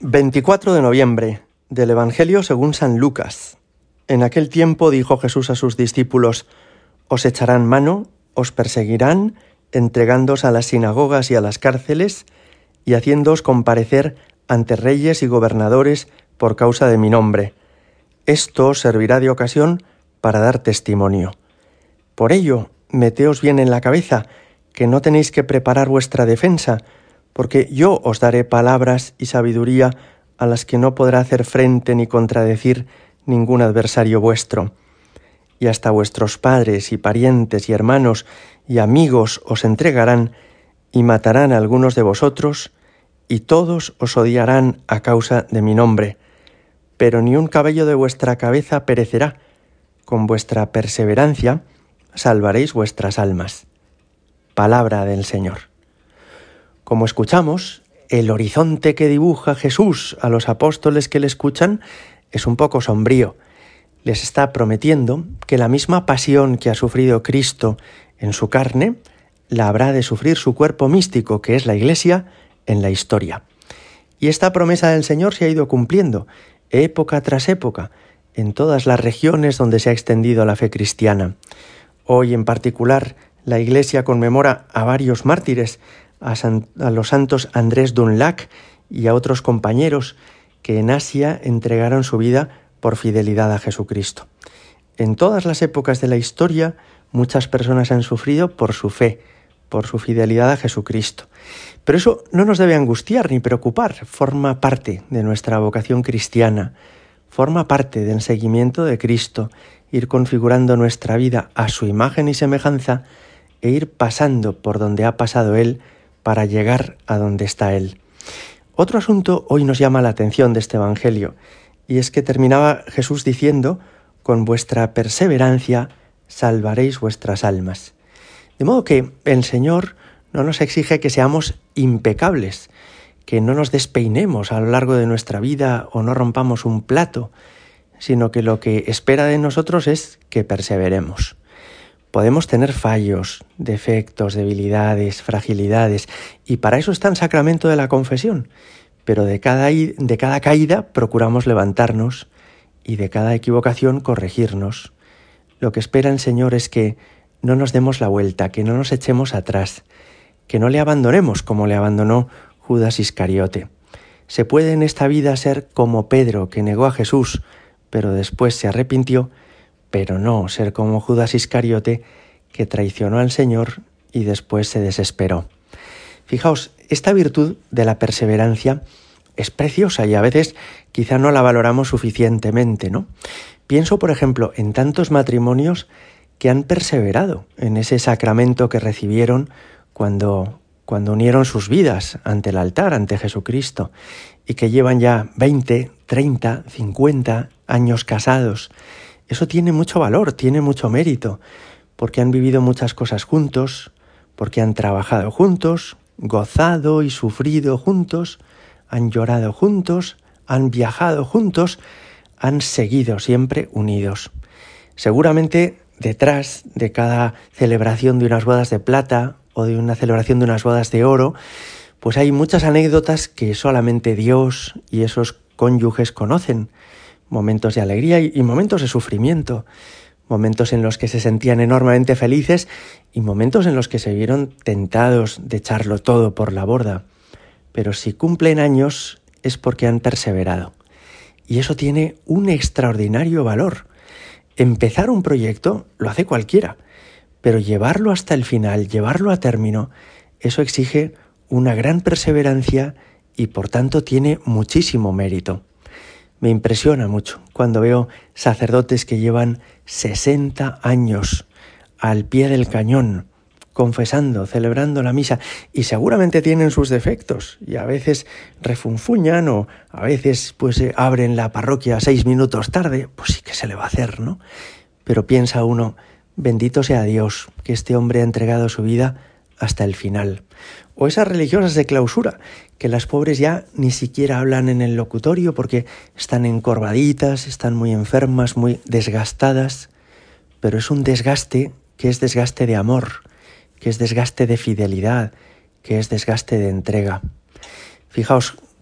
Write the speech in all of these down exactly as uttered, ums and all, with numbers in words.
veinticuatro de noviembre del Evangelio según San Lucas. En aquel tiempo dijo Jesús a sus discípulos: os echarán mano, os perseguirán, entregándoos a las sinagogas y a las cárceles, y haciéndoos comparecer ante reyes y gobernadores por causa de mi nombre. Esto os servirá de ocasión para dar testimonio. Por ello, meteos bien en la cabeza, que no tenéis que preparar vuestra defensa, porque yo os daré palabras y sabiduría a las que no podrá hacer frente ni contradecir ningún adversario vuestro. Y hasta vuestros padres y parientes y hermanos y amigos os entregarán y matarán a algunos de vosotros, y todos os odiarán a causa de mi nombre. Pero ni un cabello de vuestra cabeza perecerá. Con vuestra perseverancia salvaréis vuestras almas. Palabra del Señor. Como escuchamos, el horizonte que dibuja Jesús a los apóstoles que le escuchan es un poco sombrío. Les está prometiendo que la misma pasión que ha sufrido Cristo en su carne, la habrá de sufrir su cuerpo místico, que es la Iglesia, en la historia. Y esta promesa del Señor se ha ido cumpliendo, época tras época, en todas las regiones donde se ha extendido la fe cristiana. Hoy, en particular, la Iglesia conmemora a varios mártires, a, San, a los santos Andrés Dunlac y a otros compañeros que en Asia entregaron su vida por fidelidad a Jesucristo. En todas las épocas de la historia, muchas personas han sufrido por su fe, por su fidelidad a Jesucristo. Pero eso no nos debe angustiar ni preocupar, forma parte de nuestra vocación cristiana, forma parte del seguimiento de Cristo, ir configurando nuestra vida a su imagen y semejanza e ir pasando por donde ha pasado Él para llegar a donde está Él. Otro asunto hoy nos llama la atención de este Evangelio, y es que terminaba Jesús diciendo: con vuestra perseverancia salvaréis vuestras almas. De modo que el Señor no nos exige que seamos impecables, que no nos despeinemos a lo largo de nuestra vida o no rompamos un plato, sino que lo que espera de nosotros es que perseveremos. Podemos tener fallos, defectos, debilidades, fragilidades, y para eso está el sacramento de la confesión, pero de cada, de cada caída procuramos levantarnos y de cada equivocación corregirnos. Lo que espera el Señor es que no nos demos la vuelta, que no nos echemos atrás, que no le abandonemos como le abandonó Judas Iscariote. Se puede en esta vida ser como Pedro, que negó a Jesús, pero después se arrepintió, pero no ser como Judas Iscariote, que traicionó al Señor y después se desesperó. Fijaos, esta virtud de la perseverancia es preciosa y a veces quizá no la valoramos suficientemente, ¿no? Pienso, por ejemplo, en tantos matrimonios que han perseverado en ese sacramento que recibieron cuando, cuando unieron sus vidas ante el altar, ante Jesucristo, y que llevan ya veinte, treinta, cincuenta años casados. Eso tiene mucho valor, tiene mucho mérito, porque han vivido muchas cosas juntos, porque han trabajado juntos, gozado y sufrido juntos, han llorado juntos, han viajado juntos, han seguido siempre unidos. Seguramente detrás de cada celebración de unas bodas de plata o de una celebración de unas bodas de oro, pues hay muchas anécdotas que solamente Dios y esos cónyuges conocen. Momentos de alegría y momentos de sufrimiento, momentos en los que se sentían enormemente felices y momentos en los que se vieron tentados de echarlo todo por la borda. Pero si cumplen años es porque han perseverado. Y eso tiene un extraordinario valor. Empezar un proyecto lo hace cualquiera, pero llevarlo hasta el final, llevarlo a término, eso exige una gran perseverancia y por tanto tiene muchísimo mérito. Me impresiona mucho cuando veo sacerdotes que llevan sesenta años al pie del cañón, confesando, celebrando la misa, y seguramente tienen sus defectos, y a veces refunfuñan, o a veces pues eh, abren la parroquia seis minutos tarde, pues sí que se le va a hacer, ¿no? Pero piensa uno, bendito sea Dios, que este hombre ha entregado su vida hasta el final. O esas religiosas de clausura, que las pobres ya ni siquiera hablan en el locutorio porque están encorvaditas, están muy enfermas, muy desgastadas, pero es un desgaste que es desgaste de amor, que es desgaste de fidelidad, que es desgaste de entrega. Fijaos,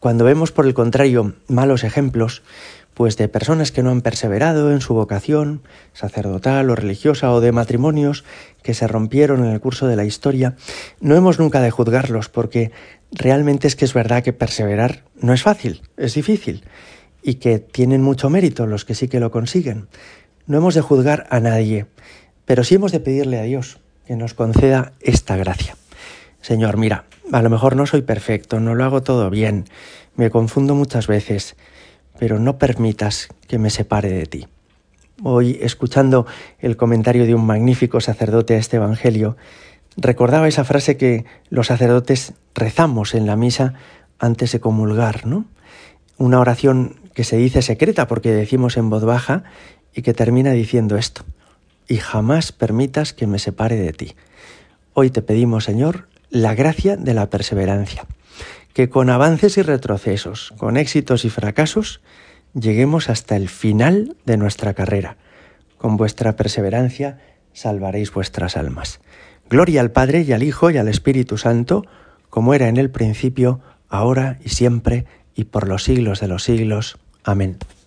Cuando vemos, por el contrario, malos ejemplos, pues de personas que no han perseverado en su vocación sacerdotal o religiosa, o de matrimonios que se rompieron en el curso de la historia, no hemos nunca de juzgarlos, porque realmente es que es verdad que perseverar no es fácil, es difícil, y que tienen mucho mérito los que sí que lo consiguen. No hemos de juzgar a nadie, pero sí hemos de pedirle a Dios que nos conceda esta gracia. Señor, mira, a lo mejor no soy perfecto, no lo hago todo bien, me confundo muchas veces, pero no permitas que me separe de ti. Hoy, escuchando el comentario de un magnífico sacerdote a este Evangelio, recordaba esa frase que los sacerdotes rezamos en la misa antes de comulgar, ¿no? Una oración que se dice secreta porque decimos en voz baja y que termina diciendo esto: y jamás permitas que me separe de ti. Hoy te pedimos, Señor, la gracia de la perseverancia, que con avances y retrocesos, con éxitos y fracasos, lleguemos hasta el final de nuestra carrera. Con vuestra perseverancia salvaréis vuestras almas. Gloria al Padre y al Hijo y al Espíritu Santo, como era en el principio, ahora y siempre, y por los siglos de los siglos. Amén.